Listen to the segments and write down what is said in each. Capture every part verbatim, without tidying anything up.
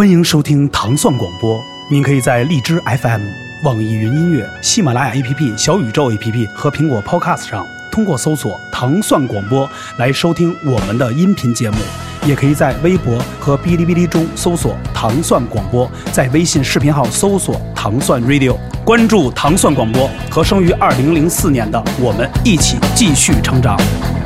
欢迎收听糖蒜广播，您可以在荔枝 F M、网易云音乐、喜马拉雅 A P P、小宇宙 A P P 和苹果 Podcast 上通过搜索糖蒜广播来收听我们的音频节目，也可以在微博和哔哩哔哩中搜索糖蒜广播，在微信视频号搜索糖蒜 Radio， 关注糖蒜广播，和生于二零零四年的我们一起继续成长。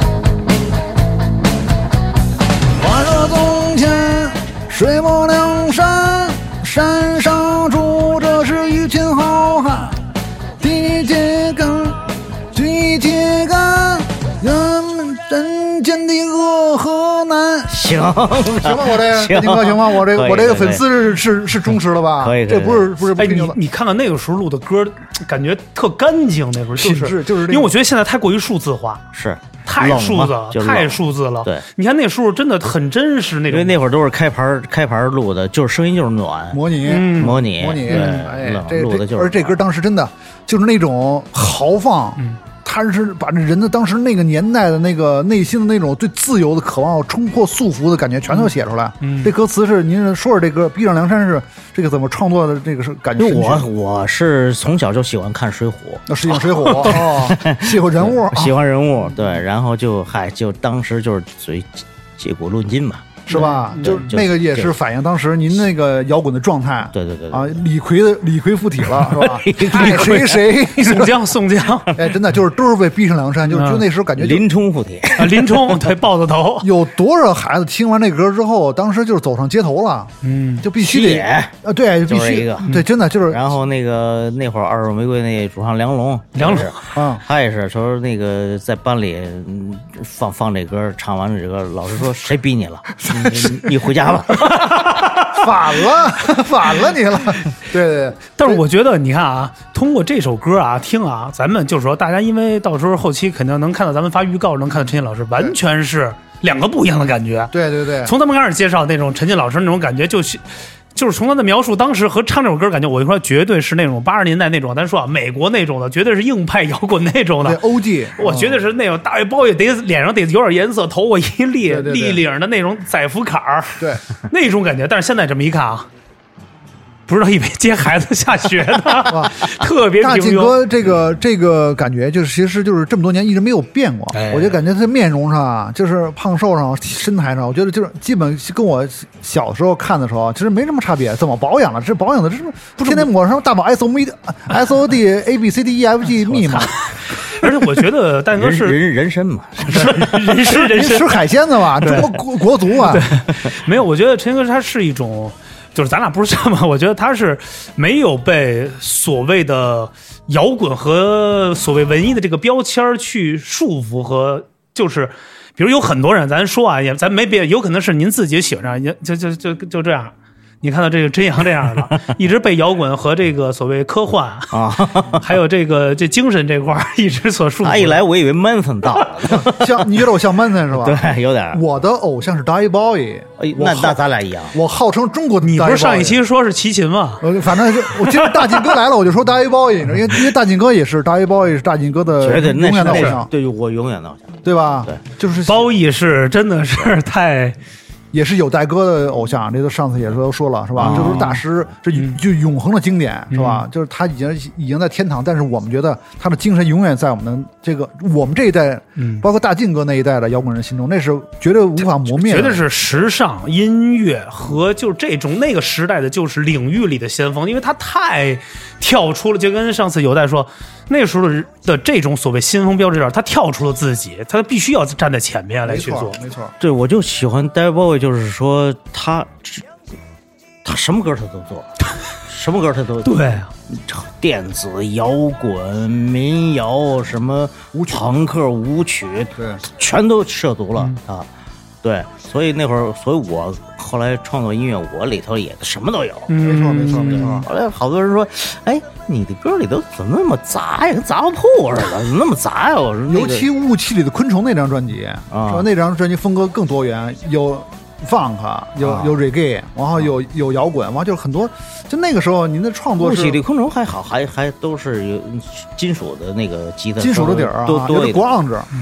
话说从前水泊梁山，山上住着是一群好汉，地铁杆，地铁杆，人们人间的恶和难。 行行吧，我这个金哥行吗？我这个我这个粉丝是是是忠实了吧？ 可以， 这不是不是不哎， 是你你看看那个时候录的歌，感觉特干净，那时候就是是就是， 因为我觉得现在太过于数字化， 是太数字了，太数字了。 对， 你看那时候真的很真实那种， 因为那会儿都是开盘开盘录的，就是声音就是暖， 模拟嗯、 模拟模拟， 对， 哎，这录的就是， 而这歌当时真的就是那种豪放。 嗯， 他是把这人的当时那个年代的那个内心的那种对自由的渴望、冲破束缚的感觉全都写出来。 嗯， 这歌词是您说说这歌《逼上梁山》是这个怎么创作的？这个是感觉。 因为我我是从小就喜欢看《水浒》， 那是用《水浒》哦，喜欢人物， 喜欢人物，对，然后就嗨，就当时就是属于借古论今吧。 是吧？ 嗯、 就那个也是反映当时您那个摇滚的状态。 对对对啊，李逵的李逵附体了，是吧？爱谁谁， 宋江宋江， 哎，真的就是都是被逼上梁山，就就那时候感觉林冲附体啊，林冲对豹子头， 有多少孩子听完这歌之后，当时就是走上街头了， 嗯， 就必须得啊，对，必须一个， 对，真的就是。 然后那个那会儿二手玫瑰那主唱梁龙， 梁龙啊， 他也是说那个在班里放放这歌，唱完这歌，老师说谁逼你了？你你回家吧。 反了，反了你了。对对对， 但是我觉得你看啊，通过这首歌啊听啊，咱们就是说大家因为到时候后期肯定能看到咱们发预告，能看到陈进老师，完全是两个不一样的感觉。 对对对， 从咱们开始介绍那种陈进老师那种感觉，就是就是从他的描述当时和唱这首歌感觉，我就说绝对是那种八十年代那种，咱说啊，美国那种的，绝对是硬派摇滚那种的。 对 O G， 我绝对是那种大背包也得脸上得有点颜色，头发一立立领的那种载福坎儿， 对那种感觉。但是现在这么一看啊。不知道以为接孩子下学呢，特别平庸。 大进哥这个这个感觉就是，其实就是这么多年一直没有变过。哎、我就感觉他面容上啊，就是胖瘦上、身材上，我觉得就是基本跟我小时候看的时候，其实没什么差别。怎么保养了？这保养的，这不天天抹上大宝 S O D S O D A B C D E F G 密码。 而且我觉得大哥是人人参嘛， 人参人参吃海鲜的嘛，中国国族啊。 没有，我觉得陈哥他是一种。就是咱俩不是这么，我觉得他是没有被所谓的摇滚和所谓文艺的这个标签去束缚和就是，比如有很多人，咱说啊，也咱没别，有可能是您自己喜欢上，也就就就就这样。你看到这个真阳这样的，一直被摇滚和这个所谓科幻啊，还有这个这精神这块一直所束缚。 他一来，我以为 Manson 到了， 像你觉得我像 Manson 是吧？ 对，有点。 我的偶像是 David Bowie， 那那咱俩一样。 我号称中国的， 你不是上一期说是齐秦吗？ 呃，反正就我今儿大进哥来了，我就说 David Bowie，因为因为大进哥也是 David Bowie 是大进哥的永远的偶像， 对，我永远的偶像， 对吧？ 对， 就是包奕是真的是太。 也是有代歌的偶像，这都上次也都说了，是吧？ 哦、 这都是大师，这就永恒的经典， 嗯、 是吧？就是他已经已经在天堂，但是我们觉得他的精神永远在我们的这个我们这一代， 嗯， 包括大进哥那一代的摇滚人心中，那是绝对无法磨灭的， 绝对是时尚音乐和就是这种那个时代的就是领域里的先锋，因为他太跳出了，就跟上次有代说。那个时候的这种所谓先锋标志上，他跳出了自己，他必须要站在前面来去做。 没错， 对，我就喜欢 David Bowie， 就是说他他什么歌他都做，什么歌他都对， 电子、摇滚、民谣，什么朋克、舞曲， 对， 全都涉足了、 嗯、 啊。对，所以那会儿，所以我后来创作音乐，我里头也什么都有。 没错，没错，没错。 后来好多人说：“哎，你的歌里头怎么那么杂呀？跟杂货铺似的，怎么那么杂呀？”我说、那个， 尤其《雾气里的昆虫》那张专辑，啊，说那张专辑风格更多元，有 funk， 有、啊、有 reggae， 然后有有摇滚，完就是很多。就那个时候，您的创作是《 雾气里昆虫》还好，还还都是有金属的那个吉他， 金属的底儿啊， 多多一点。 grunge。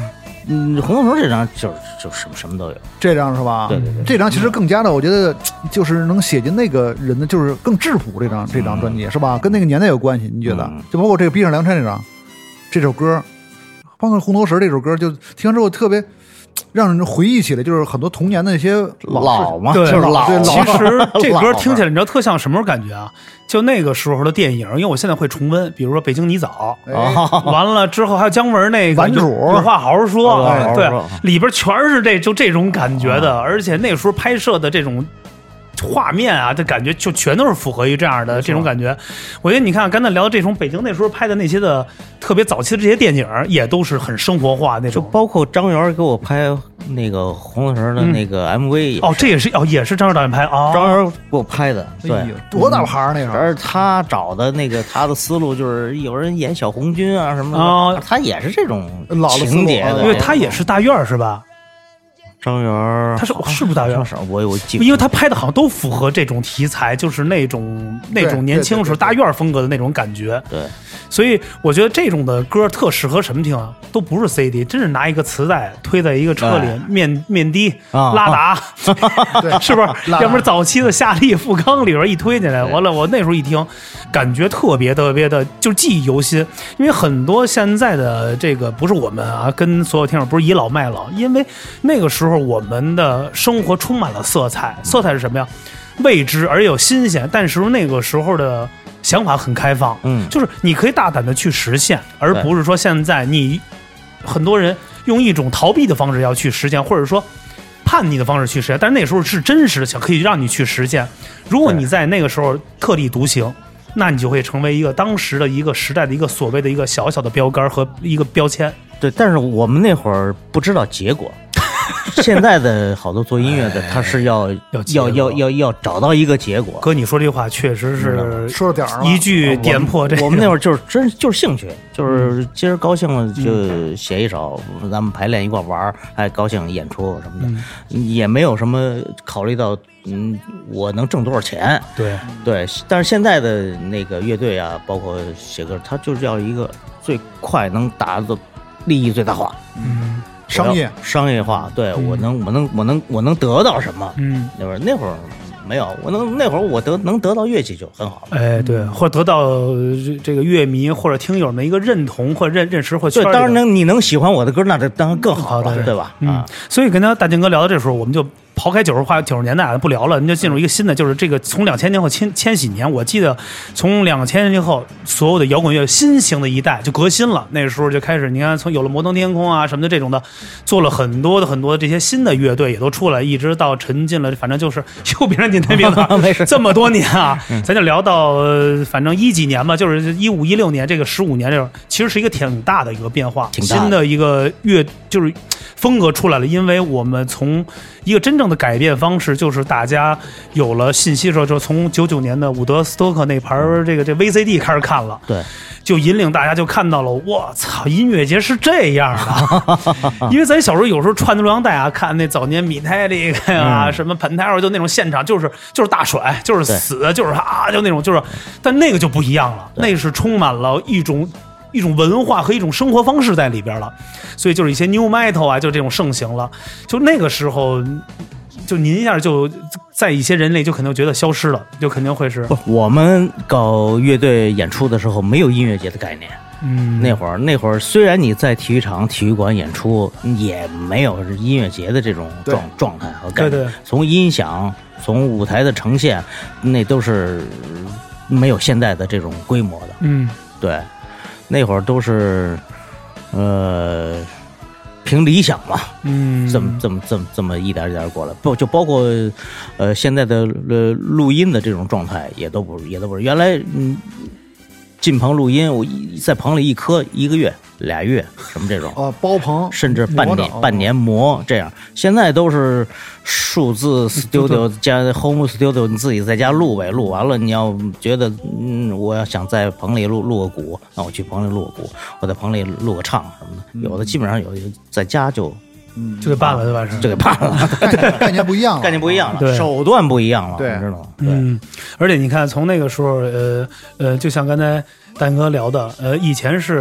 嗯，红头绳这张就是就什么什么都有， 这张是吧？ 对对对， 这张其实更加的，我觉得就是能写进那个人的，就是更质朴。这张这张专辑是吧？跟那个年代有关系，你觉得？就包括这个《逼上梁山》这张，这首歌，包括《红头绳》这首歌，就听完之后特别。让人回忆起来，就是很多童年的那些老嘛， 对， 就是老。 其实这歌听起来，你知道特像什么感觉啊？就那个时候的电影，因为我现在会重温，比如说《北京泥枣》， 哎， 完了之后还有姜文那个顽主， 有话好好说， 哎、 对，里边全是这就这种感觉的，而且那时候拍摄的这种。画面啊，这感觉就全都是符合于这样的这种感觉。我觉得你看刚才聊的这种北京那时候拍的那些的特别早期的这些电影，也都是很生活化那种。 就包括张元给我拍那个红头绳的那个 M V，、 嗯、哦，这也是哦，也是张元导演拍啊。 哦、张元给我拍的，对， 哎、多大牌那时候。 而他找的那个他的思路就是有人演小红军啊什么的， 哦、 他也是这种老的情节的， 因为他也是大院是吧？ 张元， 他是是不是大院？ 我我记， 因为他拍的好像都符合这种题材，就是那种那种年轻时候大院风格的那种感觉。 对， 所以我觉得这种的歌特适合什么听啊？都不是 C D， 真是拿一个磁带推在一个车里，面面的拉达，是不是？要不然早期的夏利、富康里边一推进来，完了我那时候一听，感觉特别特别的，就记忆犹新。因为很多现在的这个不是我们啊，跟所有听众不是倚老卖老，因为那个时候。我们的生活充满了色彩，色彩是什么呀？未知而又新鲜，但是那个时候的想法很开放， 嗯， 就是你可以大胆的去实现，而不是说现在你很多人用一种逃避的方式要去实现，或者说叛逆的方式去实现，但是那时候是真实的，想可以让你去实现。如果你在那个时候特立独行，那你就会成为一个当时的一个时代的一个所谓的一个小小的标杆和一个标签。 对，但是我们那会儿不知道结果。现在的好多做音乐的，他是要要要要要要找到一个结果。 哥，你说这话确实是说到点儿了， 一句点破这。 我们那会儿就是真就是兴趣，就是今儿高兴了就写一首，咱们排练一块玩儿，还高兴演出什么的，也没有什么考虑到嗯我能挣多少钱。 对对，但是现在的那个乐队啊，包括写歌，他就是要一个最快能达到利益最大化。 嗯。 商业商业化，对、嗯、我能我能我能我能得到什么？ 嗯， 那会儿那会儿没有，我能那会儿我得能得到乐器就很好了。 哎，对，或者得到这个乐迷或者听友们一个认同或认认识或圈。 对，当然能你能喜欢我的歌，那这当然更好了，对, 对吧？ 嗯、 啊， 所以跟他大金哥聊到这时候，我们就。抛开九十话九十年代不聊了，你就进入一个新的，就是这个从两千年后千千禧年，我记得从两千年后所有的摇滚乐新型的一代就革新了。那个时候就开始，你看从有了摩登天空啊什么的这种的，做了很多的很多的这些新的乐队也都出来，一直到沉浸了，反正就是又别让你那边的没事， 这么多年啊，咱就聊到、呃、反正一几年吧，就是一五一六年这个十五年这种，其实是一个挺大的一个变化， 挺新的一个乐就是风格出来了，因为我们从一个真正的改变方式，就是大家有了信息的时候，就从九九年的伍德斯托克那盘这个这 V C D 开始看了， 对， 就引领大家就看到了，我操，音乐节是这样的。因为咱小时候有时候串的录像带啊，看那早年米泰利啊，嗯、什么盆胎就那种现场，就是就是大甩，就是死，就是啊，就那种就是，但那个就不一样了，那是充满了一种。一种文化和一种生活方式在里边了，所以就是一些 new metal 啊，就这种盛行了。就那个时候，就您一下就在一些人类就肯定觉得消失了，就肯定会是。 不，我们搞乐队演出的时候没有音乐节的概念。 嗯， 那会儿那会儿虽然你在体育场、体育馆演出，也没有音乐节的这种状状态和概念。 对对， 从音响、从舞台的呈现，那都是没有现在的这种规模的。 嗯， 对。那会儿都是，呃，凭理想嘛， 嗯， 这么这么这么这么一点一点过来，不就包括，呃，现在的呃录音的这种状态也都不也都不是原来嗯进棚录音，我在棚里一磕一个月俩月什么这种啊，包棚甚至半年半年磨这样，现在都是数字 studio 加 home studio， 你自己在家录呗，录完了你要觉得嗯我要想在棚里录录个鼓，那我去棚里录个鼓，我在棚里录个唱什么的，有的基本上有在家就。 嗯， 就给办了，对吧？是就给办了， 概念不一样了， 概念不一样了，手段不一样了， 对， 知道吗？ 嗯，而且你看，从那个时候，呃呃，就像刚才丹哥聊的，呃，以前是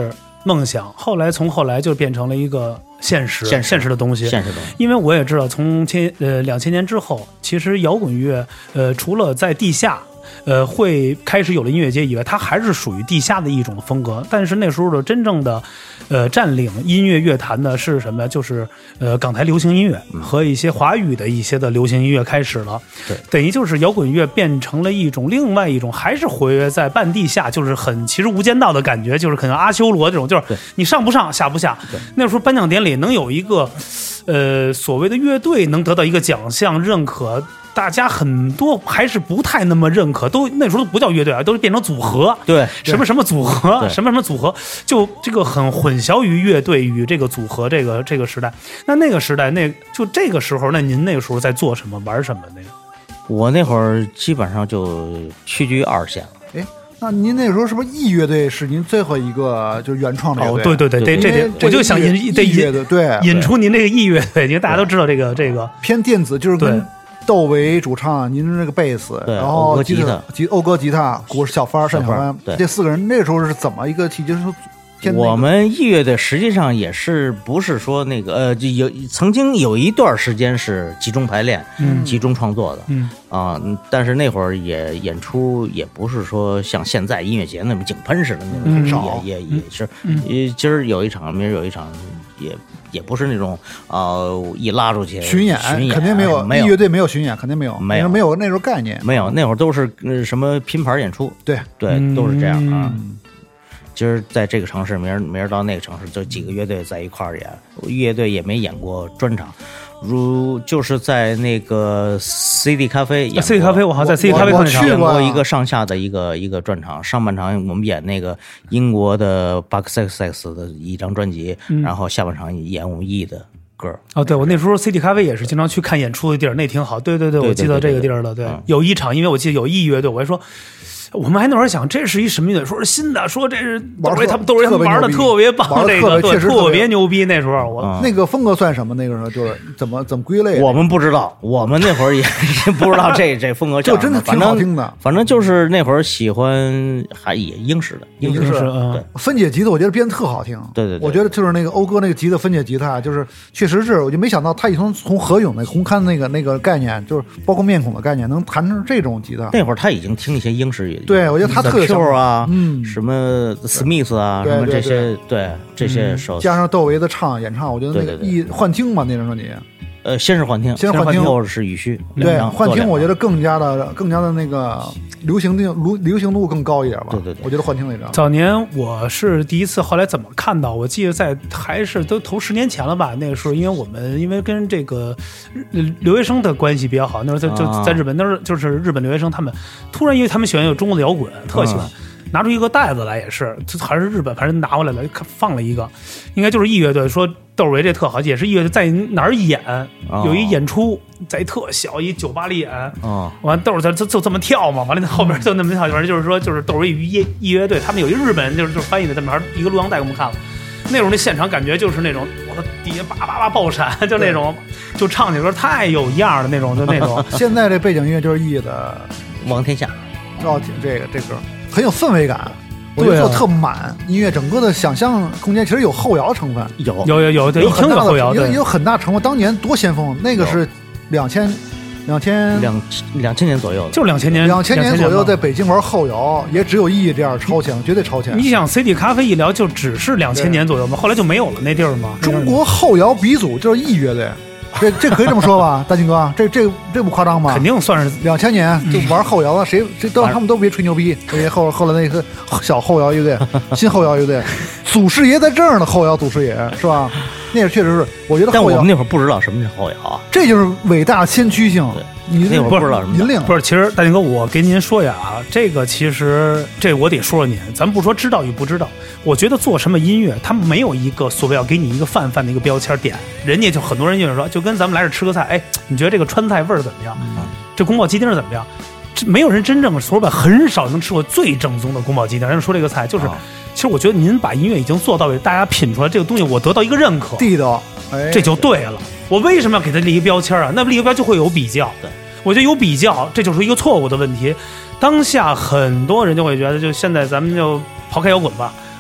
梦想，后来从后来就变成了一个现实现实现实的东西。 现实的东西， 因为我也知道，从千呃两千年之后，其实摇滚乐呃除了在地下。呃，会开始有了音乐节以外，它还是属于地下的一种风格。但是那时候的真正的，呃，占领音乐乐坛的是什么？就是呃，港台流行音乐和一些华语的一些的流行音乐开始了。 对， 等于就是摇滚乐变成了一种另外一种，还是活跃在半地下，就是很其实无间道的感觉，就是可能阿修罗这种，就是你上不上下不下。那时候颁奖典礼能有一个，呃，所谓的乐队能得到一个奖项认可。大家很多还是不太那么认可，都那时候都不叫乐队啊，都是变成组合。 对， 什么什么组合，什么什么组合，就这个很混淆于乐队与这个组合这个这个时代。那那个时代，那就这个时候，那您那个时候在做什么，玩什么？那个我那会儿基本上就屈居二线了。 哎，那您那时候是不是 E 乐队是您最后一个就是原创的乐队？ 哦，对对对，这这点我就想引得引对引出您这个 E 乐队，因为大家都知道这个这个偏电子，就是跟。窦唯主唱，您是那个贝斯，然后吉他， 吉欧哥吉他，鼓是小帆、单小帆，这四个人那时候是怎么一个契机？就是说， 我们艺乐队实际上也是不是说那个呃，有曾经有一段时间是集中排练、 嗯、 集中创作的， 嗯啊，但是那会儿也演出也不是说像现在音乐节那么井喷似的那种， 很少， 也也也是，嗯，今儿有一场，明儿有一场，也。也不是那种呃一拉出去巡演， 巡演肯定没有， 没有乐队没有巡演，肯定没有， 没有没有那时候概念， 没有那会儿都是、呃、什么拼盘演出， 对对，都是这样啊。 嗯、 今儿在这个城市，明儿明儿到那个城市，就几个乐队在一块儿演，乐队也没演过专场。如就是在那个 C D 咖啡 ，C D 咖啡，我好像在 C D 咖啡演过一个上下的一个一个专场。上半场我们演那个英国的 Buck Sex 的一张专辑， 嗯、 然后下半场演我们 E 的歌。 哦，对，我那时候 C D 咖啡也是经常去看演出的地儿，那挺好。对对对，我记得这个地儿了。对， 嗯、 有一场，因为我记得有 E 乐队，我还说。我们还那会儿想，这是一什么乐队？说是新的，说这是窦唯他们窦唯他们玩的特别棒，这个对，特别牛逼。那时候我、 嗯、 那个风格算什么？那个时候就是怎么怎么归类？ 我们不知道，我们那会儿也不知道这这风格叫什么， 就真的挺好听的。 反正就是那会儿喜欢还也英式的，英式的对分解吉他，我觉得编得特好听。 对对对， 我觉得就是那个欧哥那个吉他分解吉他，就是确实是，我就没想到他已经从何勇那红磡那个那个概念，就是包括面孔的概念，能弹成这种吉他。 那会儿他已经听一些英式乐， 对我觉得他特。 Q 啊， 嗯， 什么 Smith 啊，什么这些，对这些手， 加上窦唯的唱演唱，我觉得那个一幻听嘛，那张专辑， 呃，先是幻听， 先是幻听， 后是雨虚， 对，幻听我觉得更加的更加的那个流行度流行度更高一点吧， 对对对， 我觉得幻听那张。 早年我是第一次，后来怎么看到？我记得在还是都头十年前了吧，那个时候，因为我们因为跟这个留学生的关系比较好，那时候就就在日本，那时候就是日本留学生，他们突然因为他们喜欢有中国的摇滚，特喜欢。嗯拿出一个袋子来，也是还是日本，反正拿回来了，放了一个，应该就是 E 乐队说窦唯这特好，也是 E 乐队在哪儿演， 哦、 有一演出在特小一酒吧里演， 哦、 完窦唯就就这么跳嘛，完了后边就那么跳，反正就是说就是窦唯与 E E 乐队，他们有一日本人就是就是翻译的这么一个录像带给我们看了，那种那现场感觉就是那种我的底下叭叭叭爆闪，就那种就唱起歌太有样的那种，就那种。 现在这背景音乐就是 E 的王天下， 哦，这个这歌。很有氛围感，我觉得做特满，啊、音乐整个的想象空间其实有后摇成分， 有有有有对， 有很大的后摇， 有有很大成分。当年多先锋，那个是两千两千两两千年左右， 就两千年两千年左右，在北京玩后摇，也只有意义这样超前，绝对超前。 你想 C D 咖啡一聊就只是两千年左右嘛，后来就没有了那地儿嘛。 中国后摇鼻祖就是意乐队。这这可以这么说吧，大金哥，这这这不夸张吧？ 肯定算是两千年就玩后摇了，谁谁都他们都别吹牛逼。因为后后来那个小后摇乐队，新后摇乐队，祖师爷在这儿呢，后摇祖师爷是吧？那个确实是，我觉得。 但我们那会儿不知道什么是后摇啊， 这就是伟大先驱性。你那会儿不知道什么引领不是？其实大金哥，我给您说呀，这个其实这我得说说您，咱们不说知道与不知道，我觉得做什么音乐，他没有一个所谓要给你一个泛泛的一个标签点，人家就很多人就是说，就跟咱们来这吃个菜，哎，你觉得这个川菜味儿怎么样？嗯、这宫保鸡丁怎么样？没有人真正说白，很少能吃过最正宗的宫保鸡丁。人家说这个菜就是，哦、其实我觉得您把音乐已经做到位，大家品出来这个东西，我得到一个认可， 地道，哎， 这就对了。我为什么要给他立一个标签啊？那立一个标就会有比较， 对。 我觉得有比较，这就是一个错误的问题。当下很多人就会觉得，就现在咱们就抛开摇滚吧，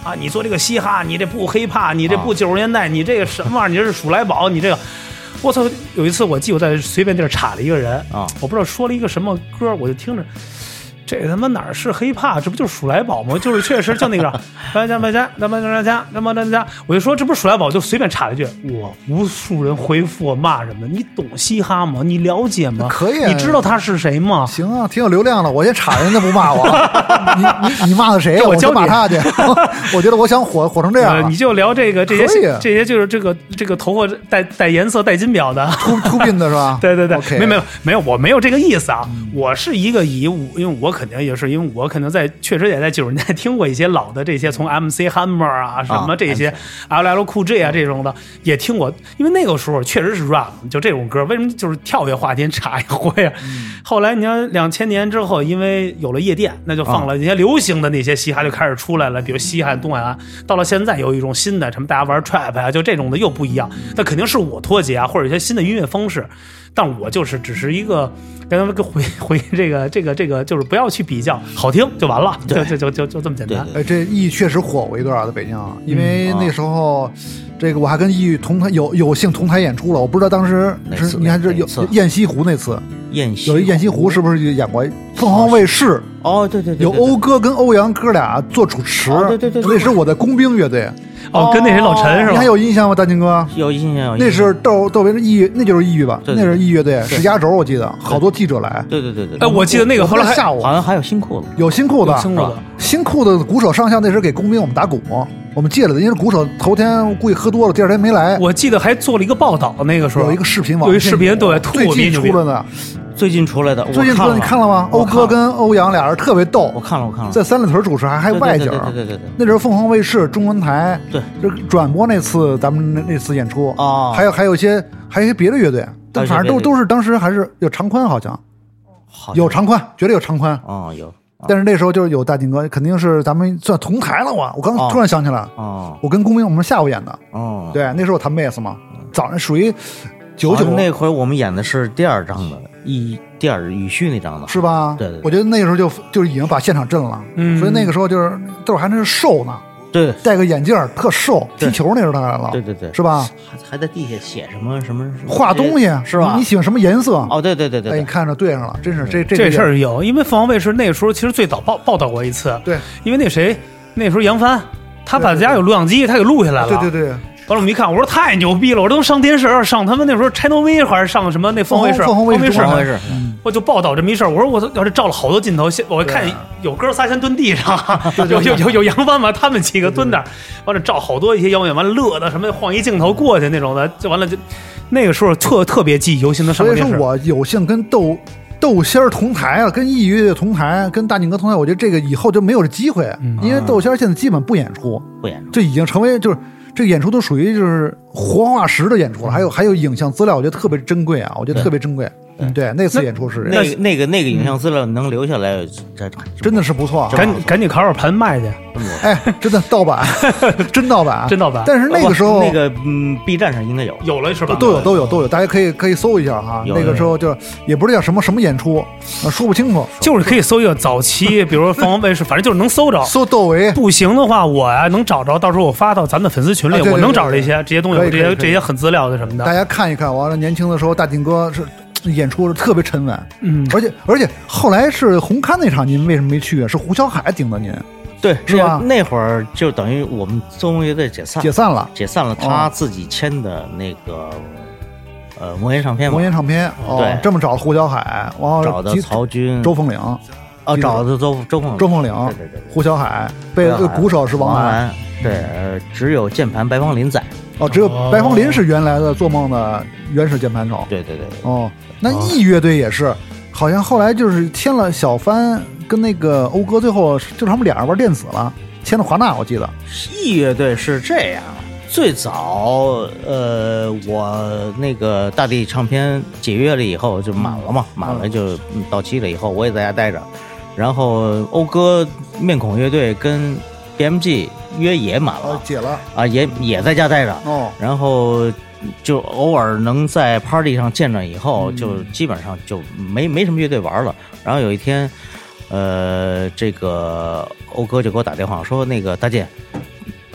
啊，你做这个嘻哈，你这不黑怕，你这不九十年代，你这个什么玩意儿，你这是鼠来宝，你这个。我操！有一次我记我在随便地儿插了一个人啊， 我不知道说了一个什么歌，我就听着。这他妈哪儿是黑怕？这不就是鼠来宝吗？就是确实就那个大家大家那么大家那么大家，我就说这不是鼠来宝，就随便插了一句，哇！无数人回复我骂什么？你懂嘻哈吗？你了解吗？ 可以， 你知道他是谁吗？ 行啊，挺有流量的。我先插人家不骂我，你你你骂的谁？ 我教骂他去。我觉得我想火火成这样、 呃，你就聊这个这些这些就是这个这个头发带带颜色带金表的秃秃鬓的是吧？ 对对对， okay. 没没有没有，我没有这个意思啊。嗯、我是一个以因为我肯定也是因为我。我可能在确实也在九十年代听过一些老的这些，从 M C Hammer 啊什么这些 L L Cool J 啊这种的也听过，因为那个时候确实是 rap 就这种歌，为什么就是跳跃话题插一回啊？嗯、后来你看两千年之后，因为有了夜店，那就放了一些流行的那些嘻哈就开始出来了，比如西海岸、东海岸。到了现在有一种新的什么大家玩 trap 啊，就这种的又不一样。那肯定是我脱节啊，或者一些新的音乐方式。但我就是只是一个跟他们回回这个这个这个，就是不要去比较，好听就完了，就就就就就这么简单。 哎，这艺确实火过一段在北京，因为那时候、嗯、这个我还跟艺同台有有幸同台演出了，我不知道当时是你还是有雁西湖那次， 雁西有一雁西湖是不是演过凤凰卫视？ 哦，对对对， 有欧哥跟欧阳哥俩做主持， 哦、对对对， 那时我在工兵乐队。 哦，跟那谁老陈是吧？ 你还有印象吗，大金哥？ 有印象，有印象。 那是窦窦唯的艺，那就是艺乐吧？那是艺乐队，是压轴，我记得好多记者来。 对对对对。 哎，我记得那个后来下午好像还有新裤子， 有新裤子， 新裤子， 新裤子鼓手上校那时候给工兵我们打鼓，我们借了的，因为鼓手头天估计喝多了，第二天没来。 我记得还做了一个报道，那个时候有一个视频网， 有一视频，对， 最近出来的。 最近出来的， 最近出来你看了吗？欧哥跟欧阳俩人特别逗， 我看了，我看了， 在三里屯主持还还外景， 对对对对对， 那时候凤凰卫视中文台对就转播那次咱们那那次演出啊， 还有还有一些还有一些别的乐队，反正都都是当时还是有长宽，好像有长宽，绝对有长宽啊有， 但是那时候就是有大金哥，肯定是咱们算同台了。我我刚突然想起来， 哦， 我跟公明我们下午演的， 哦， 对，那时候我弹贝斯嘛，早上属于九九那会儿我们演的是第二章的一。第二语序那张的是吧？ 对对， 我觉得那个时候就就是已经把现场震了， 嗯， 所以那个时候就是豆还那是瘦呢， 对， 戴个眼镜特瘦，踢球那时候他来了， 对对对， 是吧？ 还还在地下写什么什么画东西是吧？ 你喜欢什么颜色？ 哦，对对对对， 哎，你看着对上了，真是这这这事儿有，因为凤凰卫视那个时候其实最早报报道过一次， 对， 因为那谁那时候杨帆，他把家有录像机，他给录下来了， 对对对。 完了我们一看，我说太牛逼了，我都上电视，上他们那时候 Channel V 还是上什么那凤凰卫视， 凤凰卫视， 凤凰卫视， 我就报道这么一事儿。我说我要是照了好多镜头，我看有哥仨先蹲地上，有有有有杨帆嘛，他们几个蹲那儿，完了照好多一些妖艳，完了乐的什么晃一镜头过去那种的，就完了就那个时候特特别记忆犹新的上电视。 所以说我有幸跟窦窦仙儿同台了，跟艺乐队同台，跟大景哥同台，我觉得这个以后就没有这机会， 嗯、 因为窦仙儿现在基本不演出， 不演出， 这已经成为就是。这个演出都属于就是活化石的演出了，还有还有影像资料，我觉得特别珍贵啊，我觉得特别珍贵。嗯，对，那次演出是那个那个那个影像资料能留下来，这真的是不错。 赶赶紧考考盘卖去， 哎，真的盗版，真盗版， 真盗版。 但是那个时候那个嗯 ，B 站上应该有， 有了是吧？ 都有都有都有，大家可以可以搜一下哈。那个时候就也不是叫什么什么演出，说不清楚， 就是可以搜一个早期，比如说凤凰卫视，反正就是能搜着。 搜窦唯， 不行的话，我呀能找着，到时候我发到咱们的粉丝群里，我能找着这些这些东西，这些这些很资料的什么的， 大家看一看。完了，年轻的时候，大景哥是。演出是特别沉稳， 嗯， 而且而且后来是红磡那场，您为什么没去啊？是胡小海顶的您， 对， 是吧？ 那会儿就等于我们奏梦乐队解散， 解散了， 解散了。他自己签的那个、哦、呃魔岩唱片嘛， 魔岩唱片，哦、 对， 这么找胡小海，然后找的曹军、 周凤岭， 哦，找的周周凤周凤岭， 对对对， 胡小海，被鼓手是王兰，对，呃，只有键盘白方林在。 哦，只有白方林是原来的做梦的原始键盘手。 对对对。 哦，那艺乐队也是，好像后来就是签了小帆跟那个欧哥，最后就是他们俩人玩电子了，签了华纳，我记得。 艺乐队是这样，最早呃，我那个大地唱片解约了以后就满了嘛，满了就到期了以后，我也在家待着，然后欧哥面孔乐队跟 B M G 约也满了， 哦、解了啊，也也在家待着哦， 然后就偶尔能在 party 上见着以后，嗯、就基本上就没没什么乐队玩了。然后有一天，呃，这个欧哥就给我打电话说，那个大健，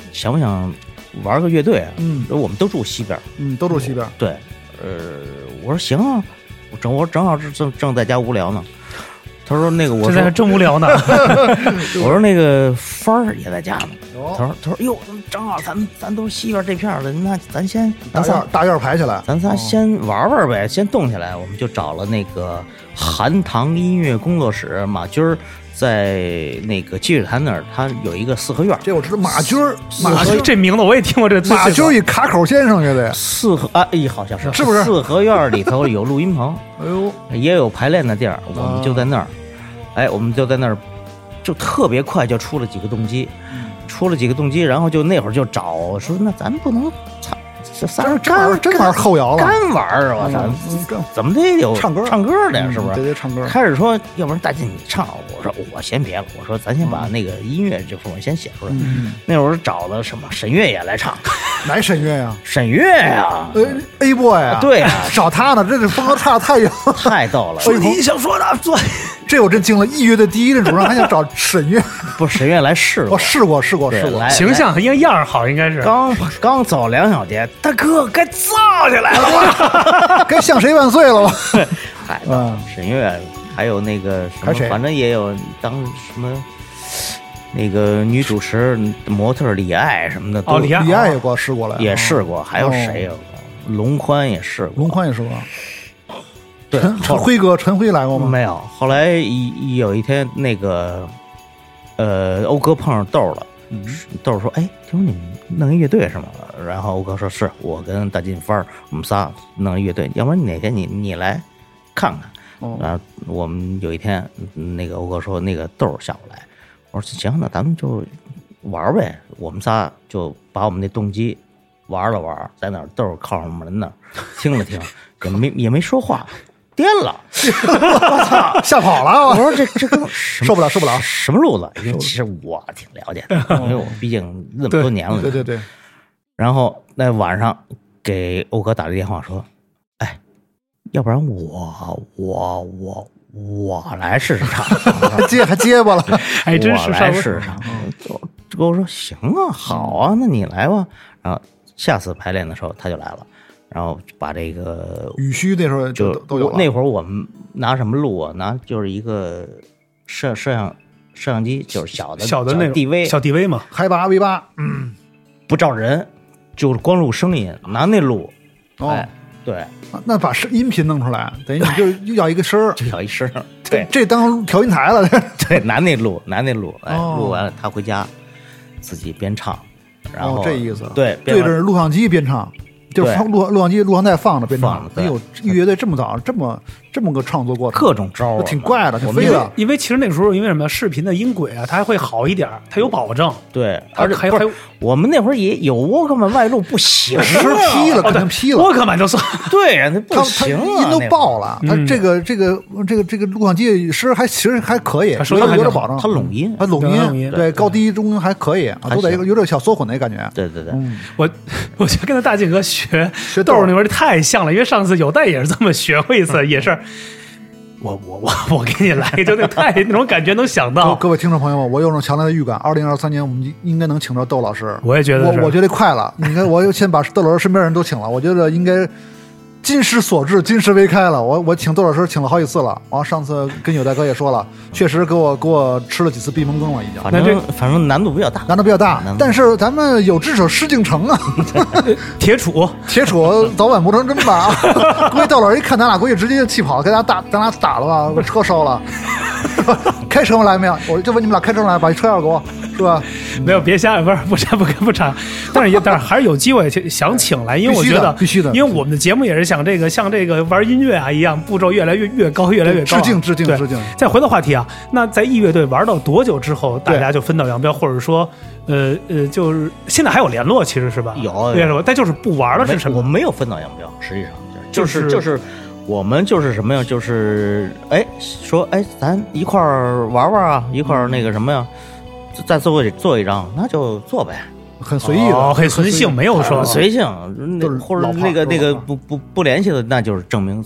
想不想玩个乐队啊？ 嗯， 我们都住西边， 嗯，都住西边。 对，呃，我说行啊，我正我正好正正在家无聊呢。他说那个我说真无聊呢。 我说那个帆儿也在家呢。 哦、 他说他说哟，正好咱咱都西边这片的，那咱先大院大院排起来， 咱仨先玩玩呗，哦、先动起来。我们就找了那个韩唐音乐工作室马军儿。在那个积水潭那儿，他有一个四合院。 这我知道，马军儿，马军这名字我也听过。这个马军儿与卡口先生乐队， 四合啊，哎，好像是是不是？ 四合院里头有录音棚， 哎呦， 也有排练的地儿，我们就在那儿。哎，我们就在那儿，就特别快就出了几个动机，出了几个动机，然后就那会儿就找说，那咱不能操。这仨人真真玩后摇了， 干玩儿啊！我操，怎么得有唱歌唱歌的呀？是不是？ 得得唱歌。 开始说，要不然大劲你唱，我说我先别了，我说咱先把那个音乐这部分先写出来。那会儿找了什么沈月也来唱， 哪沈月呀？ 沈月呀 ，A boy 啊， 对啊， 找他呢，这这风格差太远， 太逗了。 你想说的对。 这我真惊了，一乐队第一任主任还想找沈月， 不是沈月来试过， 我试过试过试过， 形象应该样好，应该是刚刚走两小节，大哥该造起来了吧， 该向谁万岁了吧？ 嗨，沈月还有那个什么，反正也有当什么那个女主持模特李艾什么的， 哦，李艾李艾也给我试过了， 也试过，还有谁呀？龙宽也试过， 龙宽也试过。 对， 陈辉哥，陈辉来过吗？ 没有。后来一有一天，那个呃，欧哥碰上豆了，嗯、豆说：“哎，听说你们弄一乐队是吗？”然后欧哥说：“是我跟大金帆我们仨弄一乐队，要不然哪天你你来看看。哦”然后我们有一天，那个欧哥说：“那个豆下午来。”我说：“行，那咱们就玩呗。”我们仨就把我们那动机玩了玩，在那儿豆靠上门那儿听了听，也没也没说话。颠了，我操， 吓跑了！ 我说这这个受不了，受不了， 什么路子？因为其实我挺了解的，因为我毕竟那么多年了。 对对对。 然后那晚上给欧哥打了电话说：“哎，要不然我我我我来试试唱， 还接还结巴了， 哎，真是我来试试唱。”这个我说行啊，好啊，那你来吧。然后下次排练的时候他就来了。然后把这个雨虚那时候就都有了。 那会儿我们拿什么录啊？拿就是一个摄摄像摄像机，就是小的小的那种 D V 小 D V 嘛， 海拔 V 八，嗯， 不照人，就是光录声音，拿那录。 哦， 哎，对， 那把声音频弄出来，等于你就又要一个声儿， 就要一声。对， 这当调音台了。 对，拿那录，拿那录，哎，录完了他回家自己边唱，然后这意思， 对， 对着录像机边唱。就是录录像机录像带放着边唱， 哎呦，乐队这么早，这么这么个创作过程， 各种招， 挺怪的，挺飞的。 因为其实那个时候，因为什么，视频的音轨啊，它还会好一点，它有保证。 对， 而且还还我们那会儿也有沃克曼外录，不行， 是批了，肯定批了。 沃克曼就算对呀，那不行， 音都爆了。他这个这个这个这个录像机声还其实还可以，有点有点保证。 它拢音， 它拢音，对，高低中音还可以，都得有点小缩混的感觉。 对对对， 我我觉得跟他大劲哥学学豆那边太像了，因为上次有代也是这么学过一次，也是。我我我我给你来，就那太那种感觉能想到。 各位听众朋友们，我有种强烈的预感，二零二三年我们应该能请到窦老师。 我也觉得， 我我觉得快了。你看，我先把窦老师身边人都请了，我觉得应该今时所至，今时未开了。我我请窦老师请了好几次了，完上次跟有代哥也说了，确实给我给我吃了几次闭门羹了，已经。 反正反正难度比较大， 难度比较大。但是咱们有智者施竟成啊， 铁杵铁杵早晚不成真吧？估计窦老师一看咱俩，估计直接就气跑，跟咱打咱俩打了吧，把车烧了。开车来没有？我就问你们俩开车来，把车钥匙给我，是吧？ 没有，别瞎，不是不掺不不掺。但是也但是还是有机会想请来，因为我觉得必须的， 因为我们的节目也是想这个像这个玩音乐啊一样，步骤越来越越高，越来越高。 致敬致敬致敬。 再回到话题啊，那在艺乐队玩到多久之后，大家就分道扬镳，或者说，呃呃，就是现在还有联络，其实是吧？ 有， 对是吧？但就是不玩了是什么？ 我们没有分道扬镳，实际上就是就是。我们就是什么呀？就是哎，说哎，咱一块儿玩玩啊，一块儿那个什么呀，再做做一张，那就做呗， 很随意的， 哦、很随性，没有说随性，或者那个那个不不不联系的，那就是证明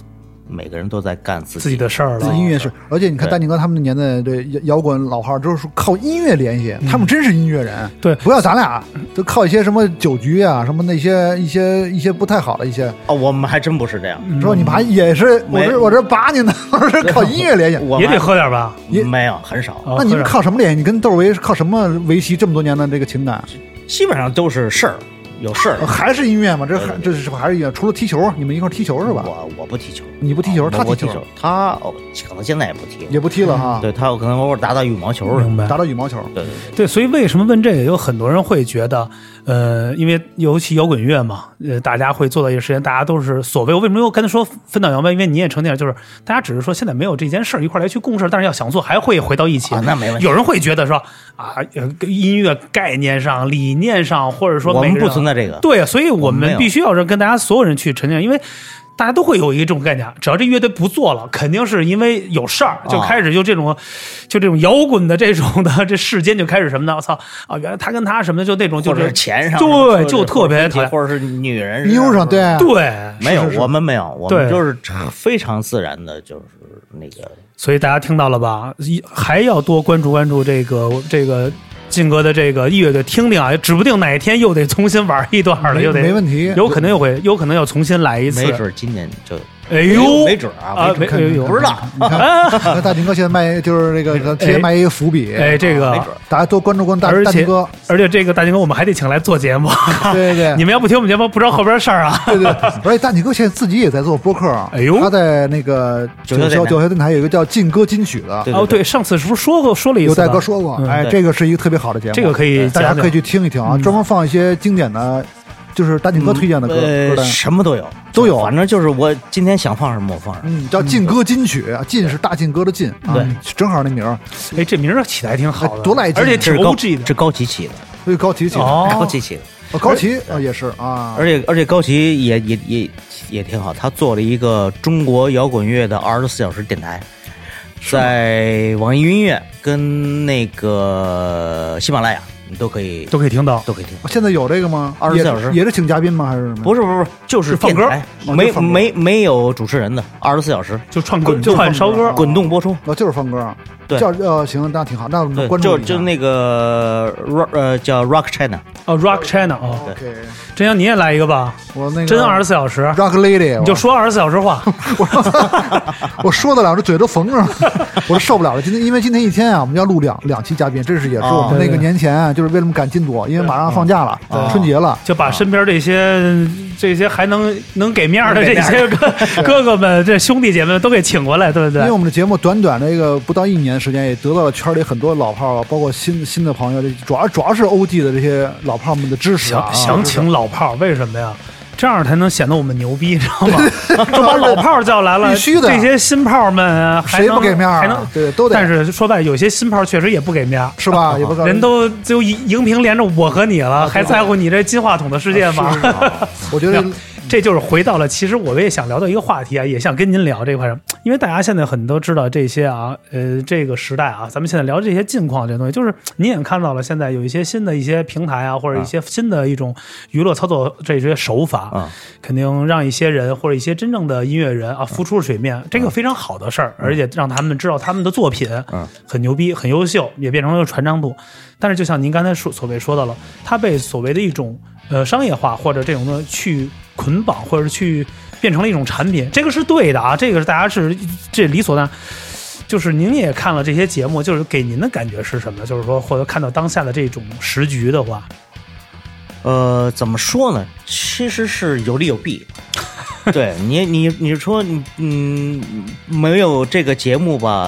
每个人都在干自己自己的事儿了。 音乐是，而且你看丹尼哥他们的年代，对摇滚老炮都是靠音乐联系，他们真是音乐人。 对， 不要咱俩都靠一些什么酒局啊，什么那些一些一些不太好的一些。 哦，我们还真不是这样。 说你把也是，我这我这把你呢，我是靠音乐联系， 也得喝点吧？ 也没有，很少。 那你们靠什么联系？你跟窦唯是靠什么维系这么多年的这个情感？ 基本上都是事儿。有事儿还是音乐吗？这还这是还是音乐？除了踢球，你们一块踢球是吧？ 我我不踢球， 你不踢球，他踢球， 他哦，可能现在也不踢， 也不踢了哈。 对他可能偶尔打打羽毛球， 明白？ 打打羽毛球， 对对对。所以为什么问这个？有很多人会觉得，呃，因为尤其摇滚乐嘛，呃，大家会做到一个时间，大家都是所谓我为什么又跟他说分道扬镳？因为你也成年了，就是大家只是说现在没有这件事儿一块来去共事，但是要想做，还会回到一起。 啊、那没问题。 有人会觉得说啊，音乐概念上、理念上，或者说我们不存在这个， 对，所以。我们必须要跟大家所有人去澄清，因为大家都会有一种概念，只要这乐队不做了，肯定是因为有事儿，就开始就这种、啊、就这种摇滚的这种的这世间就开始什么呢？我操啊！原来他跟他什么的就那种就是钱上对，就特别或者是女人妞上对对， 没有是是我们没有，我们就是非常自然的，就是那个。 所以大家听到了吧？还要多关注关注这个这个。劲哥的这个乐队听听啊，指不定哪天又得重新玩一段了，又得没问题， 有可能又会有可能要重新来一次， 没准今年就。 哎呦， 没准啊， 啊，没有不知道。 你看大金哥现在卖就是那个贴埋一个伏笔， 哎，这个大家多关注关注大大金哥， 而且这个大金哥我们还得请来做节目， 对对， 你们要不听我们节目，不知道后边事儿啊。 对对，而且大金哥现在自己也在做播客， 哎呦， 他在那个九霄九霄电台有一个叫劲歌金曲的， 哦对，上次是不是说过说了一次？ 有大哥说过，哎，这个是一个特别好的节目， 这个可以大家可以去听一听啊，专门放一些经典的。就是大劲哥推荐的歌， 嗯呃、什么都有， 都有。 反正就是我今天想放什么我放什么。 嗯，叫劲歌金曲，劲是大劲歌的劲， 对， 正好那名儿。 哎，这名儿起的还挺好的， 多来劲， 而且挺 O G 的， 是高旗起的， 对，高旗起的， 哦， 高旗起的， 哦，高旗啊也是啊。 而且而且高旗也也也也挺好，他做了一个中国摇滚乐的二十四小时电台。在网易云音乐跟那个喜马拉雅，你都可以都可以听到， 都可以听。 现在有这个吗？ 二十四小时也是请嘉宾吗？还是什么？ 不是不是不是，就是放歌， 没没没有主持人的，二十四小时就串滚串烧歌， 滚动播出。 哦，就是放歌。 对， 叫呃行，那挺好，那我们关注就就那个 rock 呃叫 Rock China 哦 Rock China 哦。 OK， 真阳你也来一个吧？ 我那个真二十四小时 Rock Lady， 你就说二十四小时话。 我说得了，这嘴都缝上了，我都受不了了。今天因为今天一天啊，我们要录两两期嘉宾，这是也是我们那个年前啊，就是为了赶进度，因为马上放假了，春节了， 就把身边这些这些还能能给面的这些哥哥哥们、这兄弟姐妹都给请过来，对不对？ 因为我们的节目短短这个不到一年时间，也得到了圈里很多老炮，包括新新的朋友，主要主要是 O G 的这些老炮们的支持啊。 想请老炮，为什么呀？这样才能显得我们牛逼，知道吗？就把老炮叫来了， 必须的。 这些新炮们谁不给面儿？ 还能对都得。 但是说白了，有些新炮确实也不给面儿， 是吧？也不人都就荧屏连着我和你了，还在乎你这金话筒的世界吗？ 我觉得。 这就是回到了，其实我也想聊到一个话题啊，也想跟您聊这块，因为大家现在很多都知道这些啊，呃，这个时代啊，咱们现在聊这些近况这东西，就是您也看到了，现在有一些新的一些平台啊，或者一些新的一种娱乐操作这些手法， 啊， 肯定让一些人或者一些真正的音乐人啊浮出水面，这个非常好的事儿，而且让他们知道他们的作品很牛逼、很优秀，也变成了传唱度。但是就像您刚才说所谓说到了，它被所谓的一种呃商业化或者这种的去捆绑，或者是去变成了一种产品，这个是对的啊，这个是大家是这理所当然。就是您也看了这些节目，就是给您的感觉是什么？就是说，或者看到当下的这种时局的话， 呃，怎么说呢？其实是有利有弊。对你，你你说你嗯，没有这个节目吧？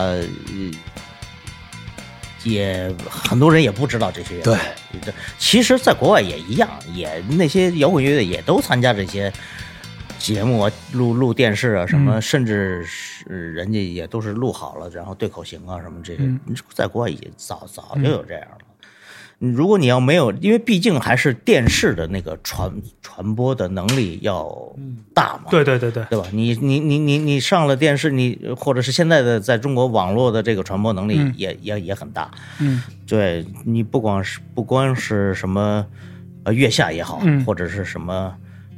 也很多人也不知道这些。 对， 其实，在国外也一样，也那些摇滚乐队也都参加这些节目啊，录录电视啊什么，嗯、甚至是人家也都是录好了，然后对口型啊什么这些，嗯、在国外也早早就有这样了。嗯、如果你要没有，因为毕竟还是电视的那个传传播的能力要大嘛， 嗯、对对对对， 对吧？你你你你你上了电视，你或者是现在的在中国网络的这个传播能力也、嗯、也也很大， 嗯， 对你不光是不光是什么呃月下也好， 嗯、 或者是什么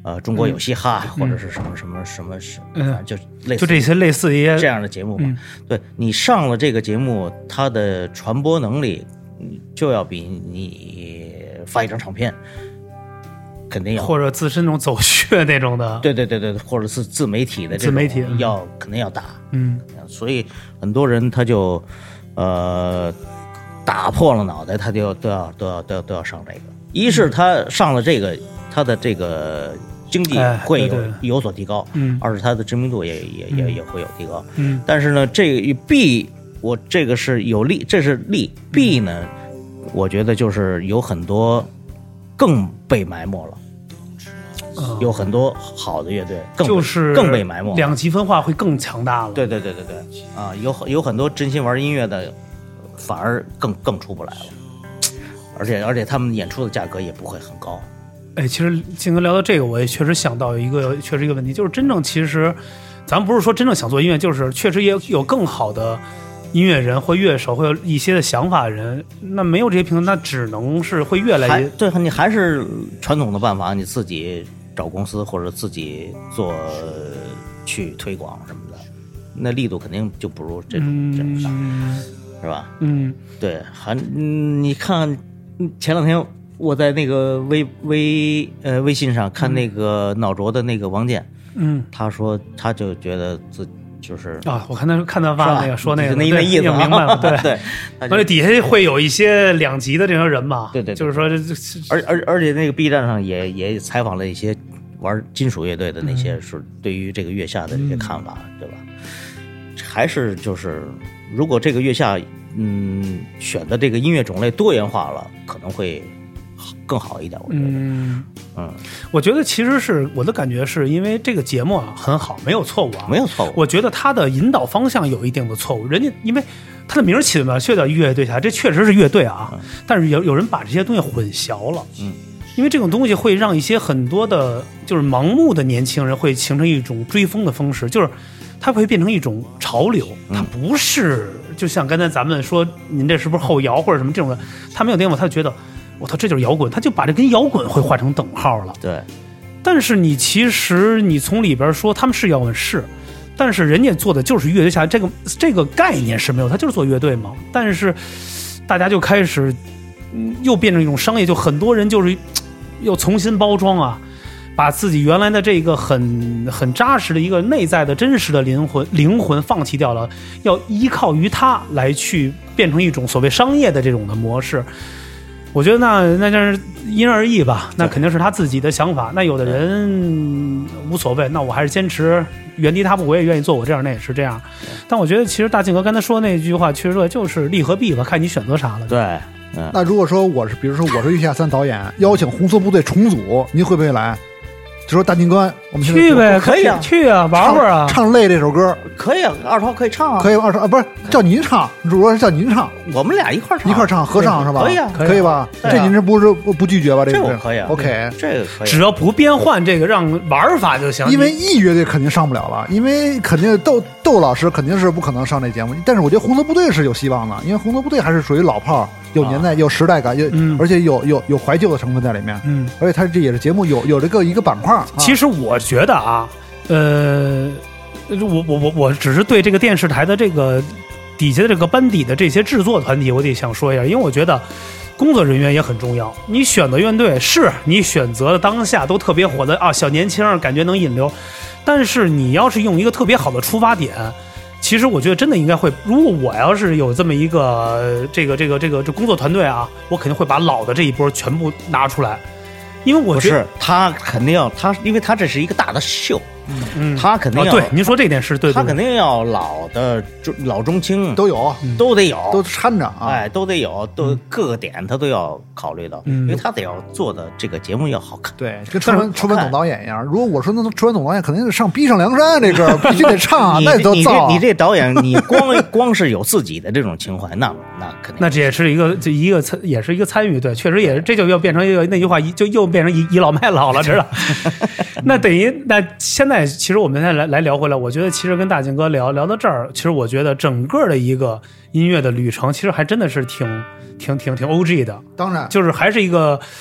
呃中国有嘻哈、嗯、或者是什么什么什么什么， 嗯， 就类似就这些类似一些这样的节目嘛。 嗯、 对，你上了这个节目，它的传播能力就要比你发一张唱片肯定要， 或者自身那种走穴那种的， 对对对对，或者是自媒体的这种自媒体要、嗯、肯定要大， 嗯， 所以很多人他就呃打破了脑袋，他就都要都要都要都要上这个。一是他上了这个，他的这个经济会有、哎、对对有所提高， 嗯， 二是他的知名度也也也也会有提高， 嗯， 但是呢，这个 B 我这个是有利，这是利 ，B 呢，我觉得就是有很多更被埋没了。 嗯、 有很多好的乐队更就是更被埋没， 两极分化会更强大了。 对对对对对，啊，有有很多真心玩音乐的，反而更更出不来了，而且而且他们演出的价格也不会很高。 哎，其实静哥聊到这个，我也确实想到一个确实一个问题，就是真正其实咱们不是说真正想做音乐，就是确实也有更好的音乐人或乐手，会有一些的想法的人，那没有这些平台，那只能是会越来越对，你还是传统的办法，你自己找公司或者自己做去推广什么的，那力度肯定就不如这种、嗯、这种大，是吧？ 嗯， 对，还、嗯、你看前两天我在那个微微呃微信上看那个脑浊的那个王健， 嗯， 他说他就觉得自就是啊，我看他看他发那个说那个那那意思、啊， 明白了，对对， 而且底下会有一些两极的这种人嘛， 对 对, 对， 就是说， 而而而且那个 B 站上也也采访了一些玩金属乐队的那些，是对于这个月下的这些看法，嗯、对吧？还是就是如果这个月下嗯选的这个音乐种类多元化了，可能会更好一点，我觉得。 嗯嗯， 我觉得其实是我的感觉，是因为这个节目啊很好，没有错误啊， 没有错误。 我觉得它的引导方向有一定的错误，人家因为它的名起的嘛，确叫乐队下，这确实是乐队啊，嗯、但是有有人把这些东西混淆了， 嗯， 因为这种东西会让一些很多的，就是盲目的年轻人会形成一种追风的风势，就是它会变成一种潮流，它不是、嗯、就像刚才咱们说，您这是不是后摇或者什么这种的，他没有地方，他觉得。我操，这就是摇滚，他就把这跟摇滚会画成等号了。 对， 但是你其实你从里边说他们是摇滚是，但是人家做的就是乐队下这个这个概念是没有，他就是做乐队嘛。但是大家就开始、嗯、又变成一种商业，就很多人就是又重新包装啊，把自己原来的这个很很扎实的一个内在的真实的灵魂灵魂放弃掉了，要依靠于它来去变成一种所谓商业的这种的模式。我觉得那那就是因人而异吧，那肯定是他自己的想法。那有的人无所谓，那我还是坚持原地踏步，我也愿意做我这样，那也是这样。但我觉得其实大庆哥刚才说那句话，确实就是利和弊吧，看你选择啥了。 对，嗯。 那如果说我是，比如说我是月下三导演，邀请红色部队重组，您会不会来？就说大金哥，我们去呗， 可以啊， 去啊，玩玩啊， 唱累这首歌可以啊，二涛可以唱啊， 可以二涛啊，不是叫您唱，如果是叫您唱， 我们俩一块唱， 一块唱合唱是吧？ 可以啊， 可以吧？这您这不是不拒绝吧？这个这可以啊 ，OK， 这个可以， 只要不变换这个让玩法就行。 因为E乐队肯定上不了了，因为肯定窦窦老师肯定是不可能上这节目，但是我觉得红色部队是有希望的，因为红色部队还是属于老炮。有年代，有时代感，有、嗯、而且有有有怀旧的成分在里面， 嗯， 而且它这也是节目有有这个一个板块。 其实我觉得啊，呃，我我我我只是对这个电视台的这个底下的这个班底的这些制作团体，我得想说一下，因为我觉得工作人员也很重要。你选择乐队，是你选择的当下都特别火的啊，小年轻感觉能引流，但是你要是用一个特别好的出发点。其实我觉得真的应该会，如果我要是有这么一个这个这个这个这工作团队啊，我肯定会把老的这一波全部拿出来，因为我觉得不是他肯定要他，因为他这是一个大的秀， 嗯， 他肯定要、 哦、对您说这点是对， 他肯定要老的老中青都有， 都得有， 都掺着啊， 哎，都得有，都各个点他都要考虑到， 嗯、 因为他得要做的这个节目要好看， 对，跟春晚春晚总导演一样。如果我说那春晚总导演肯定得上《逼上梁山》这歌，必须得唱，那都造。 你这导演，你光光是有自己的这种情怀，那那肯定， 那这也是一个这一个参，也是一个参与，对，确实也是，这就要变成一个那句话，就又变成倚倚老卖老了，知道？那等于那现在其实我们现在来来聊回来，我觉得其实跟大靖哥聊聊到这儿，其实我觉得整个的一个音乐的旅程，其实还真的是挺挺挺挺 O G 的。 当然， 就是还是一个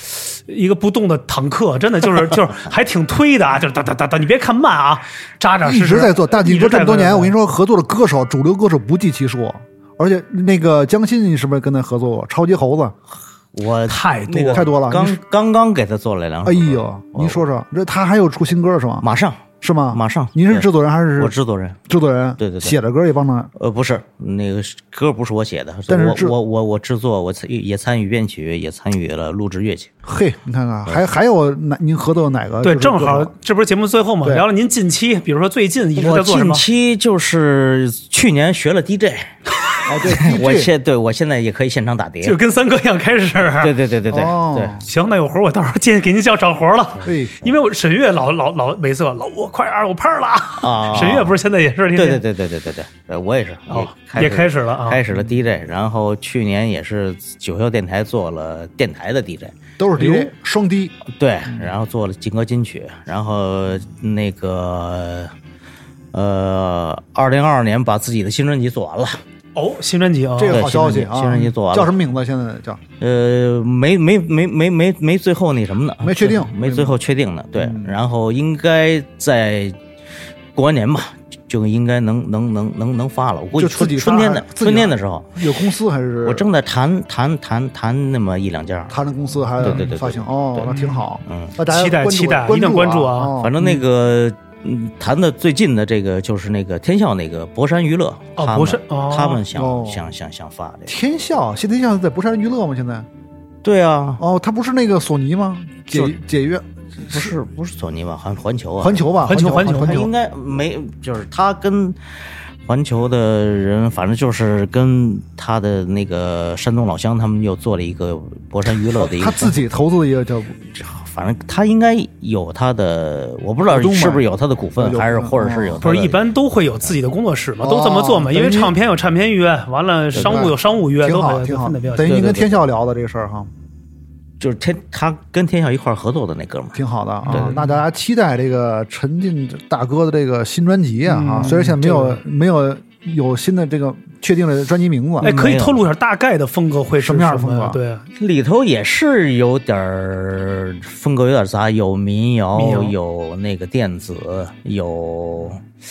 一个不动的坦克，真的就是就是还挺推的啊，就是哒哒哒哒，你别看慢啊，扎扎实实一直在做。大劲歌这么多年，我跟你说，合作的歌手、主流歌手不计其数，而且那个江心，你是不是跟他合作过？超级猴子。 我太多、 那个、 太多了， 刚刚刚给他做了两首。 哎呦，您说说，这他还有出新歌是吗？ 马上是吗？ 马上。 您是制作人还是？ 我制作人。 制作人， 对对对， 写的歌也帮他。 呃，不是，那个歌不是我写的， 但是我我我我制作，我也参与编曲，也参与了录制乐器。 嘿，你看看，还还有哪？您合作哪个？ 对，正好这不是节目最后嘛，聊聊您近期，比如说最近一直在做什么？ 我近期就是去年学了 D J。 哦，对， 我现对我现在也可以现场打碟， 就跟三哥一样开始。 对对对对对、哦、对， 行，那有活我到时候建议给您叫上活了。 对， 因为我沈月老老老每次老我快二我拍了啊， 沈月不是现在也是？ 对对对对对对对，我也是哦， 也也开始了啊， 开始了 D J， 然后去年也是九霄电台做了电台的 D J， 都是 D J 双 D， 对，然后做了劲歌金曲，然后那个呃，二零二二年把自己的新专辑做完了。 哦，新专辑啊， 这个好消息啊！ 新专辑做完了， 叫什么名字？现在叫呃，没没没没没没最后那什么呢？ 没确定， 没最后确定呢。对， 嗯、 然后应该在过完年吧，就应该能能能能能发了。我估计春春天的春天的时候， 有公司还是？ 我正在谈谈谈谈那么一两家， 谈的公司还对对对发行哦，那挺好。 嗯， 大家期待期待，一定关注啊！ 反正那个。嗯，谈的最近的这个就是那个天笑那个博山娱乐， 哦，博山， 哦、他们想、 哦、 想想想发的天笑，现在天笑在博山娱乐吗？现在？ 对啊， 哦，他不是那个索尼吗？解解约不是不是索尼吧？环环球啊， 环球吧， 环球环球， 环球应该没，就是他跟环球的人，反正就是跟他的那个山东老乡，他们又做了一个博山娱乐的一个， 他自己投资的一个叫。 反正他应该有他的，我不知道是不是有他的股份，还是或者是有他的。 不是一般都会有自己的工作室嘛，都这么做嘛。因为唱片有唱片约，完了商务有商务约， 挺好都挺好。 等于您跟天笑聊的这个事儿哈， 就是天他跟天笑一块合作的那哥们儿， 挺好的啊。那大家期待这个陈进大哥的这个新专辑啊，啊，虽然现在没有没有有新的这个。确定了专辑名字， 哎，可以透露一下大概的风格会是什么样的风格？ 对， 里头也是有点风格有点杂，有民谣， 民谣有那个电子，有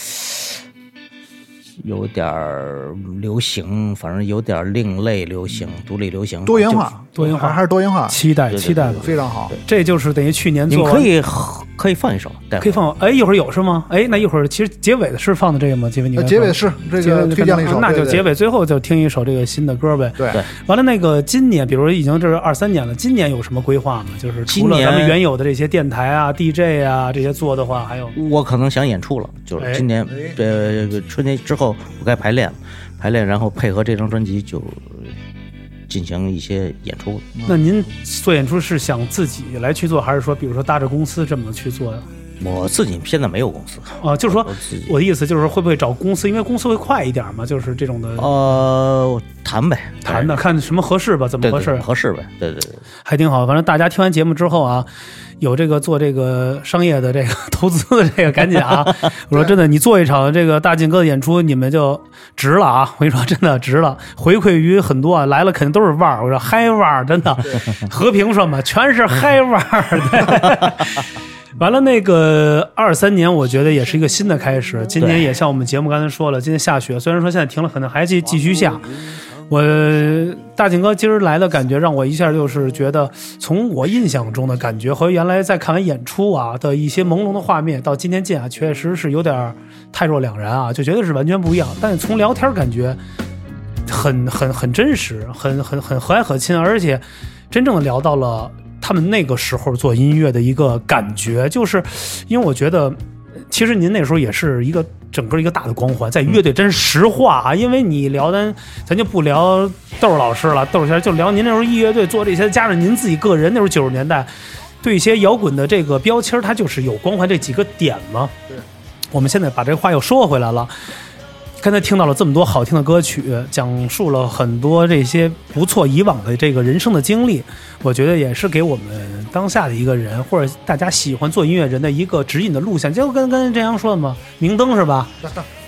有点流行，反正有点另类流行、独立流行， 多元化， 多元化还是多元化， 期待期待吧， 非常好。 这就是等于去年做， 你可以可以放一首， 可以放。哎，一会儿有是吗？哎，那一会儿其实结尾的是放的这个吗？结尾你结尾是这个推荐了一首， 那就结尾最后就听一首这个新的歌呗。 对， 完了那个今年，比如说已经这是二三年了，今年有什么规划吗？就是除了咱们原有的这些电台啊、D J 啊这些做的话，还有我可能想演出了，就是今年这春节之后我该排练了，排练然后配合这张专辑就。进行一些演出。 那您做演出是想自己来去做，还是说比如说搭着公司这么去做呀？ 我自己现在没有公司啊，就是说我的意思就是说会不会找公司，因为公司会快一点嘛，就是这种的。 呃，谈呗， 谈的看什么合适吧，怎么合适？ 对对合适呗，对对对， 还挺好。反正大家听完节目之后啊，有这个做这个商业的这个投资的这个赶紧啊！我说真的，你做一场这个大劲歌的演出，你们就值了啊！我跟你说真的值了，回馈于很多啊，来了肯定都是腕儿。我说嗨腕儿，真的，和平说嘛，全是嗨腕儿。完了，那个二三年，我觉得也是一个新的开始。今年也像我们节目刚才说了，今天下雪，虽然说现在停了，可能还继继续下。我大劲哥今儿来的感觉，让我一下就是觉得，从我印象中的感觉和原来在看完演出啊的一些朦胧的画面，到今天见啊，确实是有点太若两然啊，就觉得是完全不一样。但是从聊天感觉很很很真实，很很很和蔼可亲，而且真正的聊到了他们那个时候做音乐的一个感觉，就是因为我觉得其实您那时候也是一个整个一个大的光环，在乐队真实话啊，因为你聊的咱就不聊豆老师了，豆先生就聊您那时候乐队做这些，加上您自己个人那时候九十年代对一些摇滚的这个标签，它就是有光环这几个点嘛。 对， 我们现在把这话又说回来了。刚才听到了这么多好听的歌曲，讲述了很多这些不错以往的这个人生的经历，我觉得也是给我们当下的一个人或者大家喜欢做音乐人的一个指引的路线。就跟跟这样说的嘛，明灯是吧？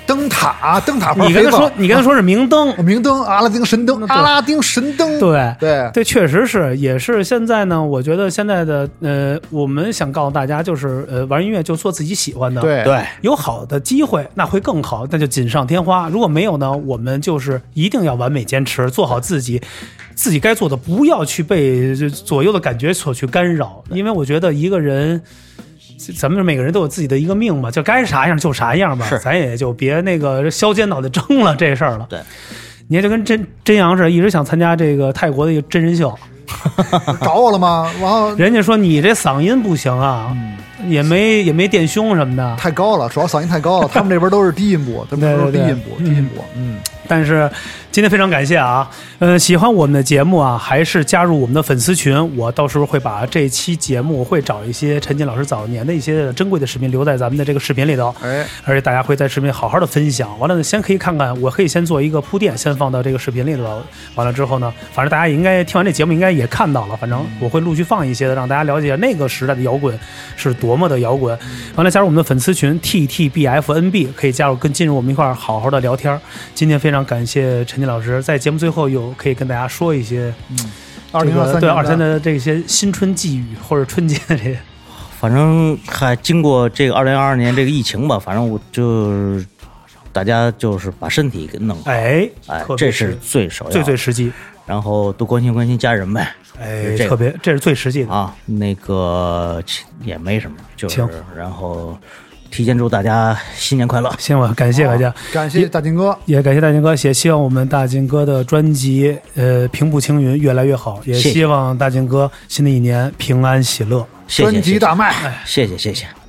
灯塔，灯塔你跟他说，你跟他说是明灯， 啊、明灯，阿拉丁神灯，阿拉丁神灯， 对对对，确实是，也是现在呢。我觉得现在的呃，我们想告诉大家，就是呃，玩音乐就做自己喜欢的， 对对， 有好的机会那会更好，那就锦上添花。如果没有呢，我们就是一定要完美坚持，做好自己。自己该做的，不要去被左右的感觉所去干扰，因为我觉得一个人，咱们每个人都有自己的一个命嘛，就该啥样就啥样吧，咱也就别那个削尖脑袋争了这事儿了。 对， 你也就跟真真阳似的，一直想参加这个泰国的一个真人秀， 找我了吗？然后人家说你这嗓音不行啊。嗯，也没也没垫胸什么的， 太高了，主要嗓音太高了。他们这边都是低音部，他们都是低音部，低音部。嗯， 但是今天非常感谢啊，呃，喜欢我们的节目啊，还是加入我们的粉丝群。我到时候会把这期节目会找一些陈瑾老师早年的一些珍贵的视频留在咱们的这个视频里头， 哎， 而且大家会在视频好好的分享。完了呢，先可以看看，我可以先做一个铺垫，先放到这个视频里头。完了之后呢，反正大家应该听完这节目应该也看到了，反正我会陆续放一些的，让大家了解那个时代的摇滚是多么的摇滚。完了，加入我们的粉丝群 T T B F N B， 可以加入跟进入我们一块好好的聊天。今天非常感谢陈瑾老师，在节目最后有可以跟大家说一些，嗯， 二零二三对二三的这些新春寄语或者春节的这些。 反正还经过这个二零二二年这个疫情吧，反正我就大家就是把身体给弄好， 哎哎，这是最首要、 最最实际。 然后多关心关心家人呗。 哎，特别这是最实际的啊，那个也没什么，就是然后提前祝大家新年快乐。 行吧，感谢大家， 感谢大金哥， 也感谢大金哥，也希望我们大金哥的专辑呃平步青云越来越好，也希望大金哥新的一年平安喜乐， 谢谢专辑大卖， 谢谢谢谢。